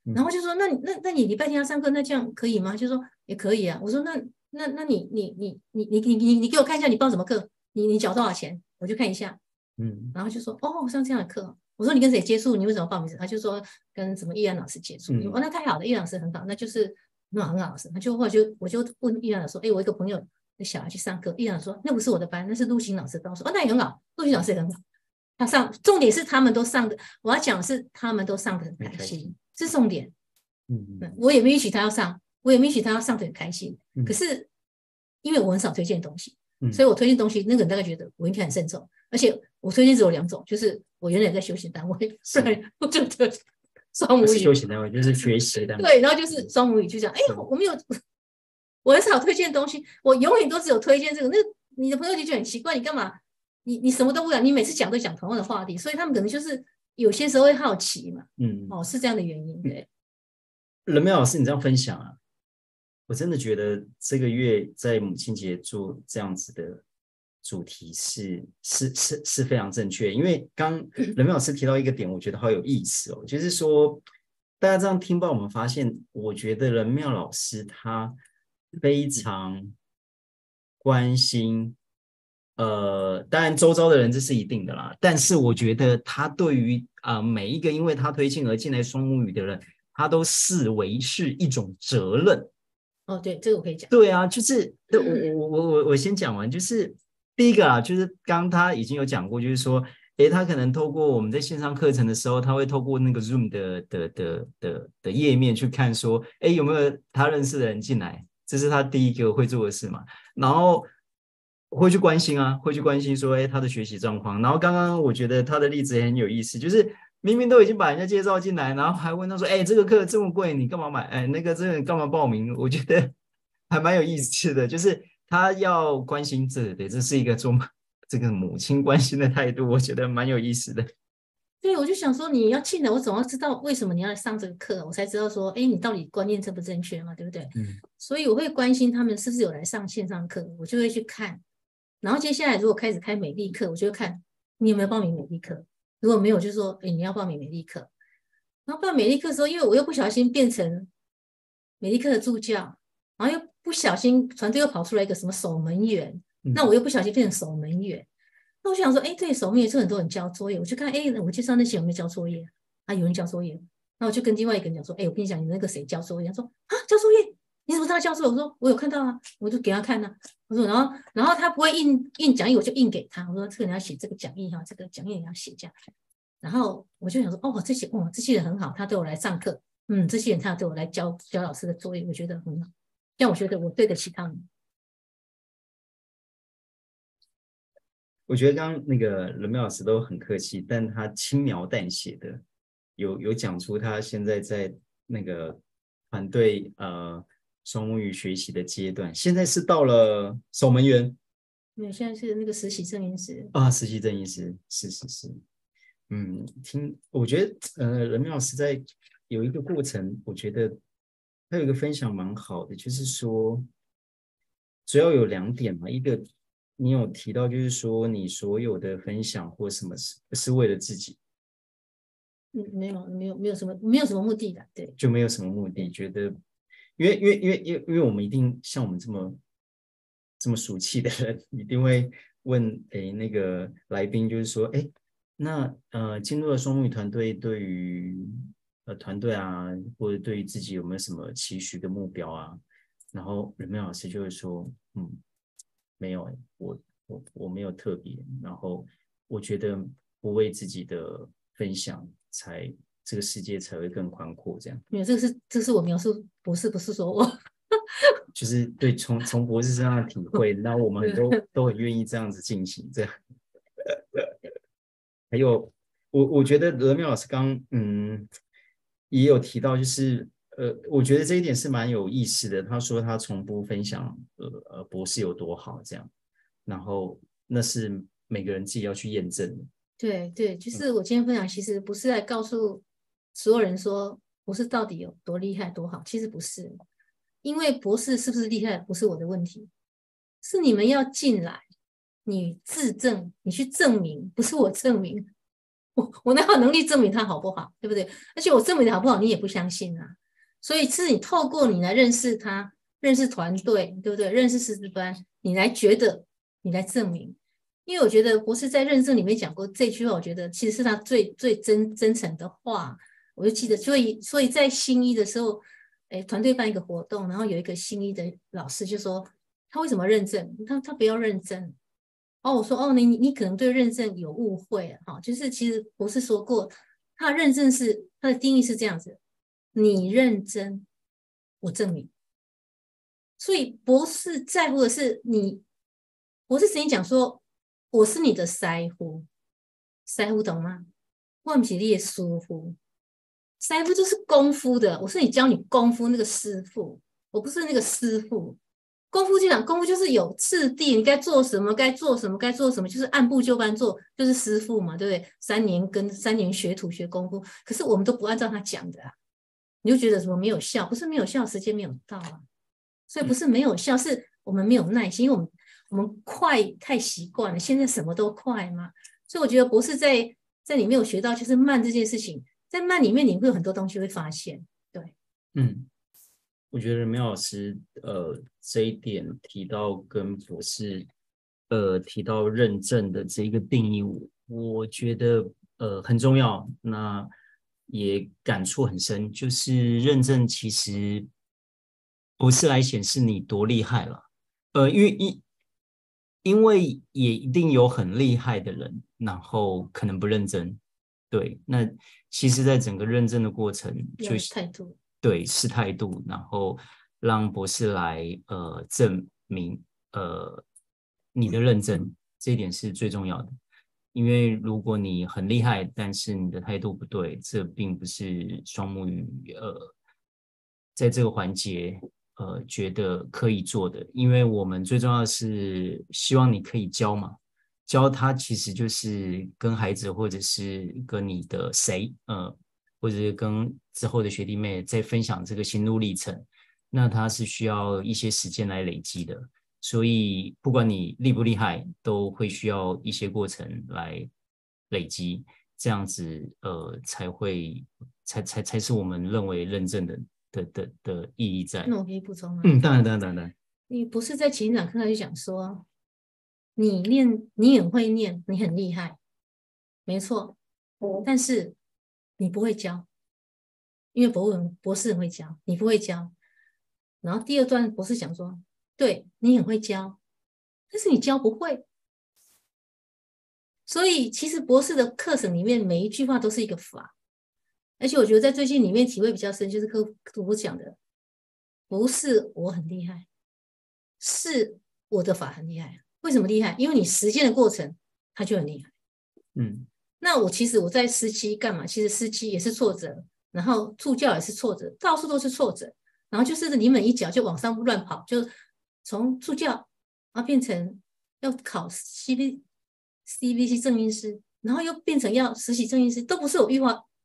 然后就说那你礼拜天要上课，那这样可以吗？就说也可以啊。我说那你给我看一下你报什么课，你缴多少钱，我就看一下。然后就说哦，上这样的课。我说你跟谁接触？你为什么报名？他就说跟什么易安老师接触。哦，那太好了，易安老师很好，那就是很好老师。我就问易安老师说，我一个朋友的小孩去上课，易安老师说那不是我的班，那是陆星老师班。我说哦，那也很好，陆星老师也很好。重点是他们都上的，我要讲的是他们都上的很开心，这是重点。我也没允许他要上，我也没允许他要上的很开心。可是因为我很少推荐东西，所以我推荐东西，那个人大概觉得我应该很慎重。而且我推荐只有2种，就是我原来在休闲单位，对，我就双母语。 休闲单位就是学习单位。 对，然后就是双母语，就这样。我没有，我很少推荐东西，我永远都只有推荐这个。那你的朋友就觉得很奇怪，你干嘛？你什么都不讲，你每次讲都讲同样的话题，所以他们可能就是有些时候会好奇嘛。是这样的原因。对， 人美老师，你这样分享啊，我真的觉得这个月在母亲节做这样子的主题是非常正确。因为刚人美老师提到一个点，我觉得好有意思哦，就是说大家这样听吧，我们发现，我觉得人妙老师他非常关心。当然周遭的人这是一定的啦，但是我觉得他对于每一个因为他推荐而进来双母语的人，他都视为是一种责任。 对，这个我可以讲。 对啊，就是我先讲完，就是第一个啊，就是刚他已经有讲过，就是说，他可能透过我们在线上课程的时候，他会透过那个 Zoom 的页面去看说，有没有他认识的人进来，这是他第一个会做的事嘛。然后会去关心啊，会去关心说，他的学习状况。然后刚刚我觉得他的例子也很有意思，就是明明都已经把人家介绍进来，然后还问他说，这个课这么贵，你干嘛买？那个这个干嘛报名？我觉得还蛮有意思的，就是他要关心这是一个做这个母亲关心的态度，我觉得蛮有意思的。 对，我就想说你要进来，我总要知道为什么你要来上这个课，我才知道说，你到底观念正不正确嘛，对不对？所以我会关心他们是不是有来上线上课，我就会去看。然后接下来如果开始开美丽课，我就会看你有没有报名美丽课。如果没有，就说你要报名美丽课。然后报美丽课的时候，因为我又不小心变成美丽课的助教，然后又不小心团队又跑出来一个什么守门员，那我又不小心变成守门员。那我想说，对，守门员就很多人交作业，我就看，我介绍那些有没有交作业啊？有人交作业，那我就跟另外一个人讲说，我跟你讲，你那个谁交作业？他说啊，交作业。你怎么知道他教作业？我说我有看到啊，我就给他看啊。我说然后他不会印讲义，我就印给他。我说这个你要写这个讲义哈，这个讲义你要写这样。然后我就想说，这些人很好，他对我来上课，这些人他对我来教老师的作业，我觉得很好，这样我觉得我对得起他们。 我觉得刚刚那个人美老师都很客气，但他轻描淡写的有讲出他现在在那个团队双母语学习的阶段，现在是到了守门员， 没有，现在是那个实习正音师实习正音师，是，我觉得人美老师在有一个过程，我觉得他有一个分享蛮好的，就是说主要有2点嘛，一个你有提到就是说你所有的分享或什么是为了自己。 没有什么目的的，对， 就没有什么目的，觉得因为我们一定像我们这么俗气的人，一定会问那个来宾，就是说那进入了双母语团队，对于团队啊，或者对于自己有没有什么期许的目标啊？然后人美老师就会说，没有，我没有特别，然后我觉得不为自己的分享，这个世界才会更宽阔，这样。 没有，这是我描述博士，不是说我就是对从博士身上的体会，那我们都很愿意这样子进行这样。还有我觉得人美老师刚也有提到，就是我觉得这一点是蛮有意思的。他说他从不分享博士有多好这样，然后那是每个人自己要去验证的。 对，就是我今天分享，其实不是来告诉所有人说博士到底有多厉害多好，其实不是，因为博士是不是厉害不是我的问题，是你们要进来，你自证，你去证明，不是我证明。 我哪有能力证明它好不好，对不对？而且我证明的好不好，你也不相信啊。所以是你透过你来认识他，认识团队，对不对？认识师资班，你来觉得，你来证明。因为我觉得博士在认证里面讲过这句话，我觉得其实是他最真诚的话。我就记得，所以在新一的时候，团队办一个活动，然后有一个新一的老师就说，他为什么认证？他不要认证。哦，我说哦，你可能对认证有误会哈，就是其实博士说过，他的认证是他的定义是这样子，你认真，我证明。所以博士在乎的是你，博士曾经讲说，我是你的师傅，师傅懂吗？我不是你的师傅，师傅就是功夫的，我是你教你功夫那个师傅，我不是那个师傅。功夫就讲功夫就是有次第，你该做什么，该做什么，该做什么，就是按部就班做，就是师傅嘛，对不对？3年学徒学功夫，可是我们都不按照他讲的啊，你就觉得什么没有效，不是没有效，时间没有到啊。所以不是没有效，是我们没有耐心，因为我们快太习惯了，现在什么都快嘛。所以我觉得博士在里面有学到，就是慢这件事情，在慢里面你会有很多东西会发现。对， 我觉得苗老师这一点提到跟博士提到认证的这一个定义，我觉得很重要，那也感触很深，就是认证其实不是来显示你多厉害了，因为也一定有很厉害的人，然后可能不认真，对，那其实在整个认证的过程就是态度， 对，是态度，然后让博士来证明你的认真，这一点是最重要的。因为如果你很厉害，但是你的态度不对，这并不是双母语在这个环节觉得可以做的。因为我们最重要的是希望你可以教嘛，教他其实就是跟孩子或者是跟你的谁或者是跟之后的学弟妹在分享这个心路历程，那他是需要一些时间来累积的。所以不管你厉不厉害，都会需要一些过程来累积，这样子才是我们认为认证的意义在。 那我可以补充吗？ 当然。 你不是在前讲课他就讲说，你很会念，你很厉害，没错，但是你不会教，因为博士很会教，你不会教。然后第二段博士讲说，对，你很会教，但是你教不会。所以其实博士的课程里面每一句话都是一个法，而且我觉得在最近里面体会比较深，就是科普讲的，不是我很厉害，是我的法很厉害。为什么厉害？因为你实践的过程，它就很厉害。那我在师期干嘛？其实师期也是挫折，然后助教也是挫折，到处都是挫折。然后就是临门一脚就往上乱跑，就从助教变成要考 CVC 正音师，然后又变成要实习正音师，都不是我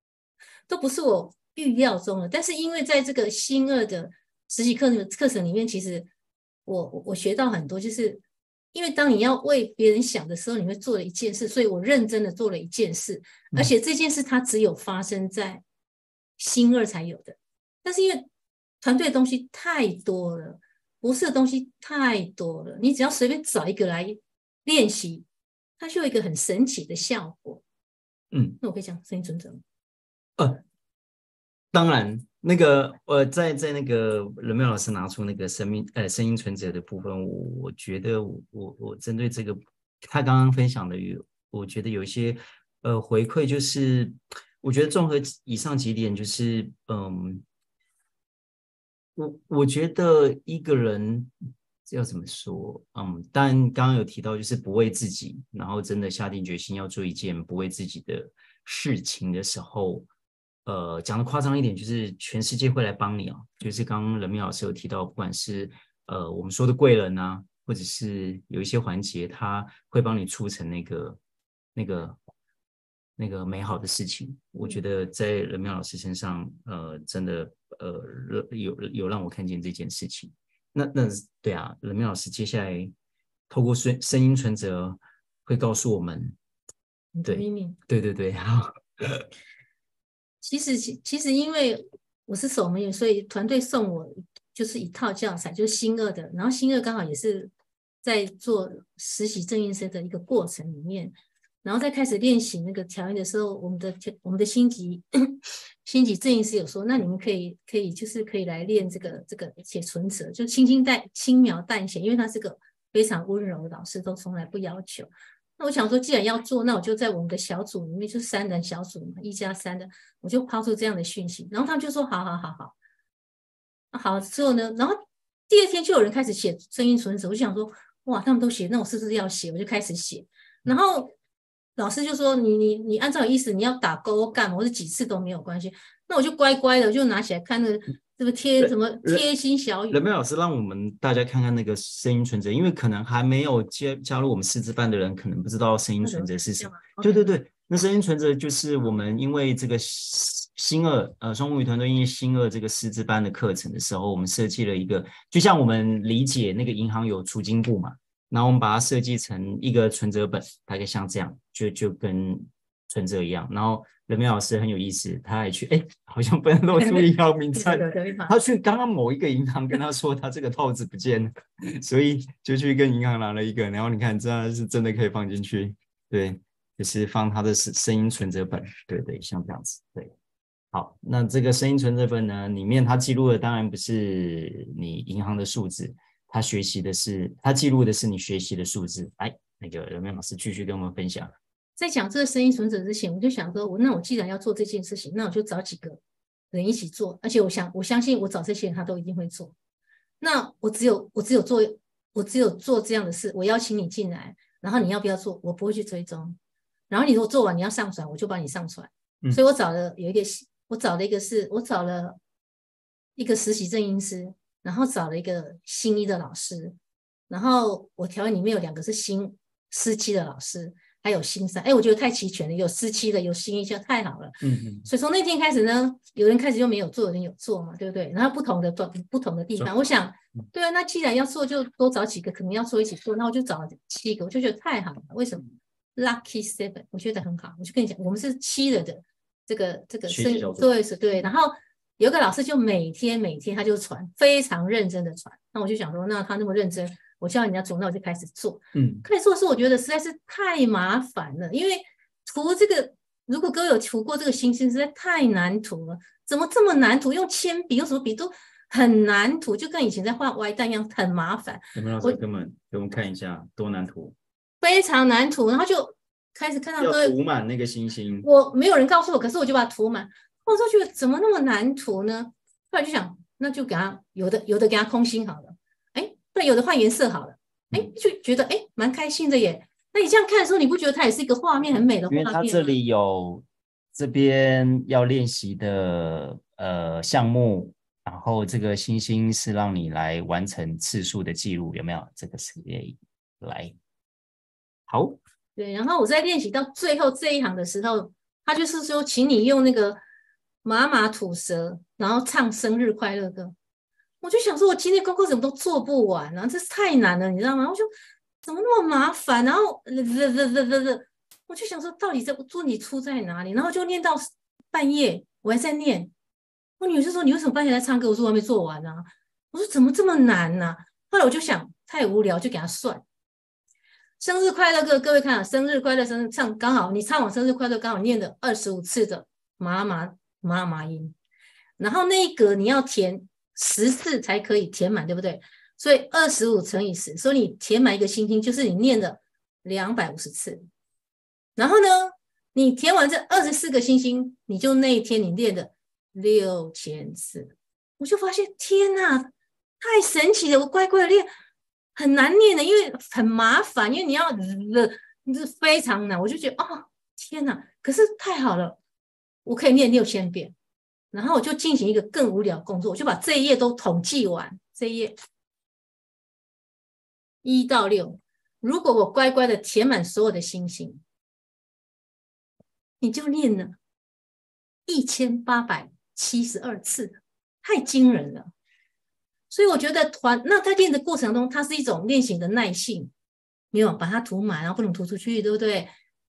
预料中的。但是因为在这个新二的实习课程里面，其实我学到很多，就是因为当你要为别人想的时候，你会做了一件事，所以我认真的做了一件事，而且这件事它只有发生在新二才有的。但是因为团队的东西太多了，博士的东西太多了，你只要随便找一个来练习，它就有一个很神奇的效果。那我可以讲声音存折吗？ 当然，那个在那个任妙老师拿出那个声音存折的部分，我觉得我针对这个他刚刚分享的，我觉得有一些回馈，就是我觉得综合以上几点，就是我觉得一个人要怎么说？但刚刚有提到，就是不为自己，然后真的下定决心要做一件不为自己的事情的时候，讲的夸张一点，就是全世界会来帮你啊。就是刚刚任明老师有提到，不管是我们说的贵人啊，或者是有一些环节，他会帮你促成那个美好的事情。我觉得在任明老师身上，真的有让我看见这件事情。那对啊，任明老师接下来透过声音存折会告诉我们， 你的秘密。 对对对，好。 其实因为我是守门员，所以团队送我就是一套教材，就是新二的。然后新二刚好也是在做实习正音师的一个过程里面，然后在开始练习那个调音的时候，我们的星级正音师有说，那你们可以就是可以来练这个写存折，就轻描淡写，因为他是个非常温柔的老师，都从来不要求。那我想说，既然要做，那我就在我们的小组里面，就是3人小组嘛，1+3的，我就抛出这样的讯息，然后他们就说好。好之后呢，然后第2天就有人开始写声音存折，我就想说，哇，他们都写，那我是不是要写？我就开始写，然后老师就说你按照意思，你要打勾干嘛，或者几次都没有关系，那我就乖乖的就拿起来看那个。这个什么贴心小语？ 人美老师让我们大家看看那个声音存折，因为可能还没有加入我们师资班的人，可能不知道声音存折是什么。对，那声音存折就是我们因为这个新二双母语团队因为新二这个师资班的课程的时候，我们设计了一个，就像我们理解那个银行有储金簿嘛，然后我们把它设计成一个存折本，大概像这样，就跟存折一样，然后。人美老师很有意思，他还去好像不能露出银行名称，他去刚刚某一个银行跟他说他这个套子不见了，所以就去跟银行拿了一个，然后你看这是真的可以放进去，对，就是放他的声音存折本，对，像这样子，对。好，那这个声音存折本呢，里面他记录的当然不是你银行的数字，他记录的是你学习的数字。那个人美老师继续跟我们分享。 在讲这个声音存折之前，我就想说，那我既然要做这件事情，那我就找几个人一起做，而且我相信我找这些人他都一定会做。那我只有做这样的事，我邀请你进来，然后你要不要做，我不会去追踪。然后你如果做完你要上传，我就帮你上传。所以我找了一个实习正音师，然后找了一个新一的老师，然后我调音里面有2个是新师7的老师。还有新3，我觉得太齐全了，有师7的，有新1，太好了。所以从那天开始呢，有人开始就没有做，有人有做嘛，对不对？然后不同的地方，我想，对啊，那既然要做，就多找几个可能要做一起做，那我就找了7个，我就觉得太好了。为什么 ？Lucky 7，我觉得很好。我就跟你讲，我们是7人的这个对。然后有个老师就每天他就传，非常认真的传。那我就想说，那他那么认真。我叫人家做，那我就开始做。开始做的时候，我觉得实在是太麻烦了，因为涂这个，如果各位有涂过这个星星，实在太难涂了。怎么这么难涂？用铅笔、用什么笔都很难涂，就跟以前在画歪蛋一样，很麻烦。 有没有老师给我们看一下多难涂？ 非常难涂，然后就开始看到各位要涂满那个星星。 我没有人告诉我，可是我就把它涂满。我就觉得怎么那么难涂呢？后来就想，那就给他有的给他空心好了。对，有的换颜色好了，就觉得蛮开心的耶。那你这样看的时候，你不觉得它也是一个画面很美的画面吗？ 因为它这里有这边要练习的项目，然后这个星星是让你来完成次数的记录，有没有？这个是来好。 对，然后我在练习到最后这一行的时候，他就是说，请你用那个妈妈吐舌，然后唱生日快乐歌。我就想说，我今天功课怎么都做不完啊，这是太难了，你知道吗？我就怎么那么麻烦？然后我就想说，到底这问题出在哪里？然后就念到半夜，我还在念。我女儿就说：“你为什么半夜在唱歌？”我说：“我还没做完啊。”我说：“怎么这么难呢？”后来我就想，太无聊，就给他算。生日快乐歌，各位看啊，生日快乐，生日唱刚好，你唱完生日快乐，刚好念的25次的妈妈音，然后那一格你要填10次才可以填满，对不对？所以25乘以10，所以你填满一个星星，就是你念的250次。然后呢，你填完这24个星星，你就那一天你练的6000次。我就发现，天哪，太神奇了！我乖乖的练，很难念的，因为很麻烦，因为你要非常难。我就觉得，哦，天哪！可是太好了，我可以念6000遍。然后我就进行一个更无聊的工作，我就把这一页都统计完。这一页1到6，如果我乖乖的填满所有的星星，你就念了1872次，太惊人了。所以我觉得那在练的过程中，它是一种练习的耐性，没有把它涂满，然后不能涂出去，对不对？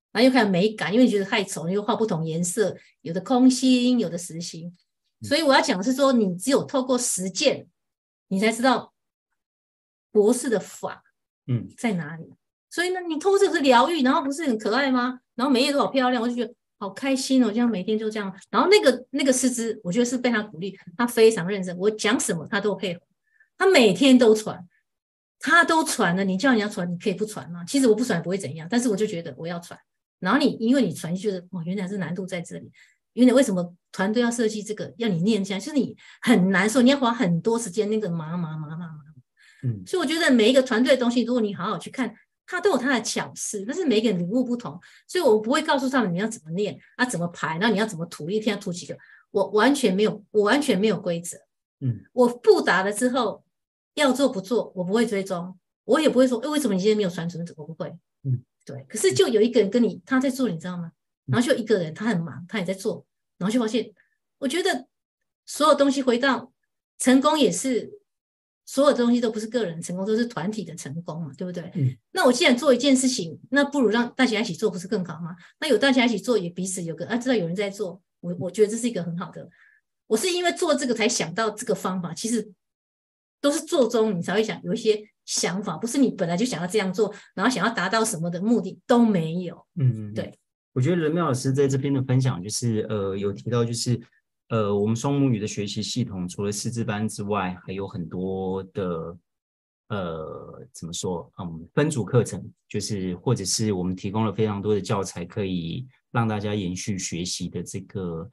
然后又看美感，因为你觉得太丑，你又画不同颜色，有的空心，有的实心。所以我要讲的是说，你只有透过实践，你才知道博士的法在哪里。所以呢，你透过这个是疗愈，然后不是很可爱吗？然后每页都好漂亮，我就觉得好开心哦，这样每天就这样。然后那个师资，我觉得是被他鼓励，他非常认真，我讲什么他都配合，他每天都传。他都传了，你叫人家传，你可以不传吗？其实我不传也不会怎样，但是我就觉得我要传。然后因为你传，就觉得哦，原来是难度在这里。原来为什么团队要设计这个，要你念下来，就是你很难受，你要花很多时间，那个麻。所以我觉得每一个团队的东西，如果你好好去看，它都有它的巧思，但是每个人领悟不同，所以我不会告诉他们你要怎么念啊，怎么排，然后你要怎么涂，一天要涂几个，我完全没有规则。我布达了之后。要做不做，我不会追踪，我也不会说，为什么你今天没有传准则？我不会，对。可是就有一个人跟你他在做，你知道吗？然后就一个人他很忙，他也在做，然后就发现，我觉得所有东西回到成功也是，所有东西都不是个人成功，都是团体的成功嘛，对不对？那我既然做一件事情，那不如让大家一起做，不是更好吗？那有大家一起做，也彼此有个知道有人在做，我觉得这是一个很好的。我是因为做这个才想到这个方法，其实。都是做中你才会想有一些想法，不是你本来就想要这样做，然后想要达到什么的目的都没有。对。 我觉得任妙老师在这边的分享就是有提到就是我们双母语的学习系统除了师资班之外，还有很多的怎么说分组课程，就是或者是我们提供了非常多的教材，可以让大家延续学习的这个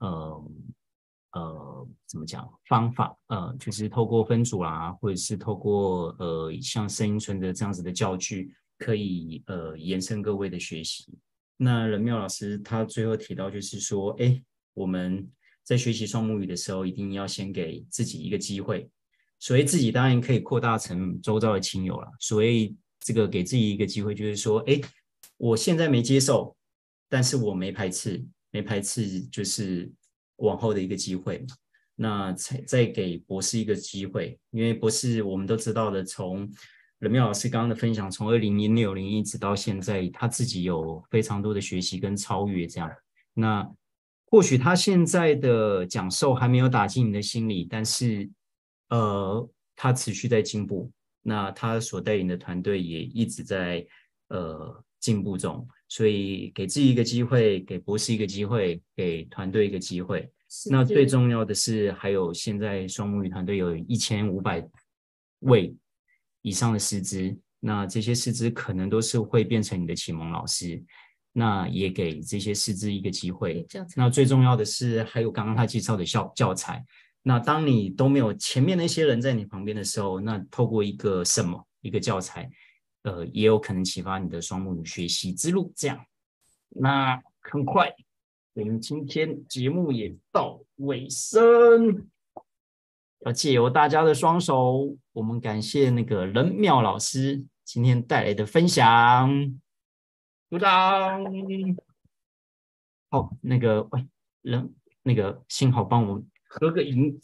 怎么讲方法就是透过分组啦，或者是透过像声音村的这样子的教具，可以延伸各位的学习。那任妙老师他最后提到就是说，我们在学习双母语的时候，一定要先给自己一个机会。所谓自己当然可以扩大成周遭的亲友啦，所谓这个给自己一个机会，就是说，我现在没接受，但是我没排斥就是往后的一个机会嘛。那再给博士一个机会，因为博士我们都知道的，从任妙老师刚刚的分享，从2006一直到现在，他自己有非常多的学习跟超越这样。那或许他现在的讲授还没有打进你的心里，但是他持续在进步，那他所带领的团队也一直在进步中，所以给自己一个机会，给博士一个机会，给团队一个机会。那最重要的是，还有现在双母语团队有1500位以上的师资，那这些师资可能都是会变成你的启蒙老师，那也给这些师资一个机会。那最重要的是，还有刚刚他介绍的教材。那当你都没有前面那些人在你旁边的时候，那透过一个教材，也有可能启发你的双母语学习之路。这样，那很快。我们今天节目也到尾声，要借由大家的双手，我们感谢那个任妙老师今天带来的分享，鼓掌。好，那个幸好帮我合个影，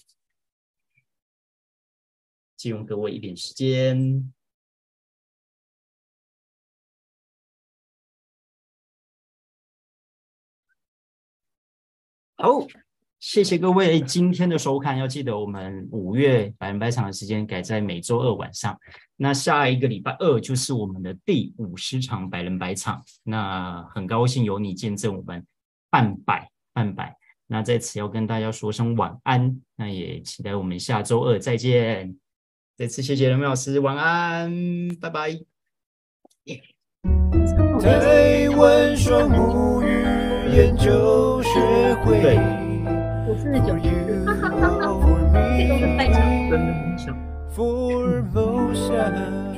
借用各位一点时间。好，谢谢各位今天的收看。要记得我们5月百人百场的时间改在每周2晚上。那下一个礼拜2就是我们的第50场百人百场。那很高兴有你见证我们半百。那在此要跟大家说声晚安。那也期待我们下周2再见。再次谢谢任妙老师，晚安，拜拜。 台湾双母语研究学会， 我49 for you, for me, 这个拜场真的很小。 Formosa.